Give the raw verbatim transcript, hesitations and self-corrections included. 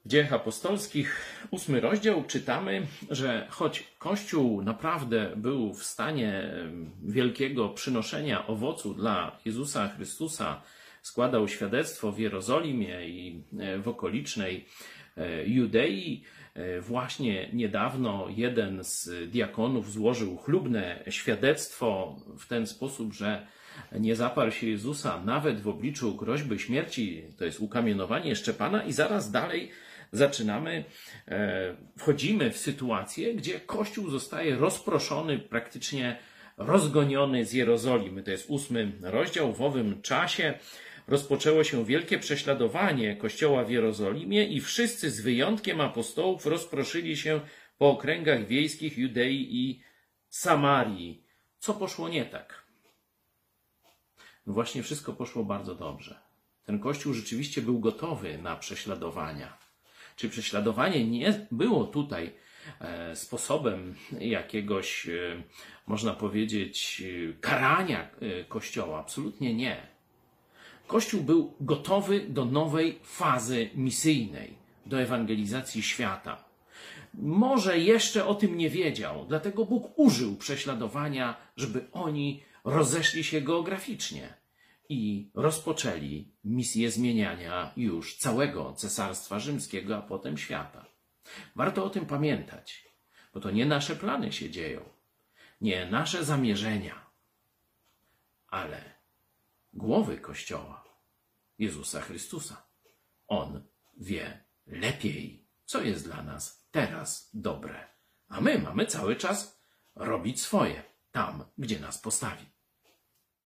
W Dziejach Apostolskich, ósmy rozdział, czytamy, że choć Kościół naprawdę był w stanie wielkiego przynoszenia owocu dla Jezusa Chrystusa, składał świadectwo w Jerozolimie i w okolicznej Judei. Właśnie niedawno jeden z diakonów złożył chlubne świadectwo w ten sposób, że nie zaparł się Jezusa nawet w obliczu groźby śmierci, to jest ukamienowanie Szczepana, i zaraz dalej zaczynamy, wchodzimy w sytuację, gdzie Kościół zostaje rozproszony, praktycznie rozgoniony z Jerozolimy. To jest ósmy rozdział. W owym czasie rozpoczęło się wielkie prześladowanie Kościoła w Jerozolimie i wszyscy z wyjątkiem apostołów rozproszyli się po okręgach wiejskich Judei i Samarii. Co poszło nie tak? No właśnie wszystko poszło bardzo dobrze. Ten Kościół rzeczywiście był gotowy na prześladowania. Czy prześladowanie nie było tutaj sposobem jakiegoś, można powiedzieć, karania Kościoła? Absolutnie nie. Kościół był gotowy do nowej fazy misyjnej, do ewangelizacji świata. Może jeszcze o tym nie wiedział, dlatego Bóg użył prześladowania, żeby oni rozeszli się geograficznie i rozpoczęli misję zmieniania już całego Cesarstwa Rzymskiego, a potem świata. Warto o tym pamiętać, bo to nie nasze plany się dzieją, nie nasze zamierzenia, ale głowy Kościoła, Jezusa Chrystusa. On wie lepiej, co jest dla nas teraz dobre, a my mamy cały czas robić swoje tam, gdzie nas postawi.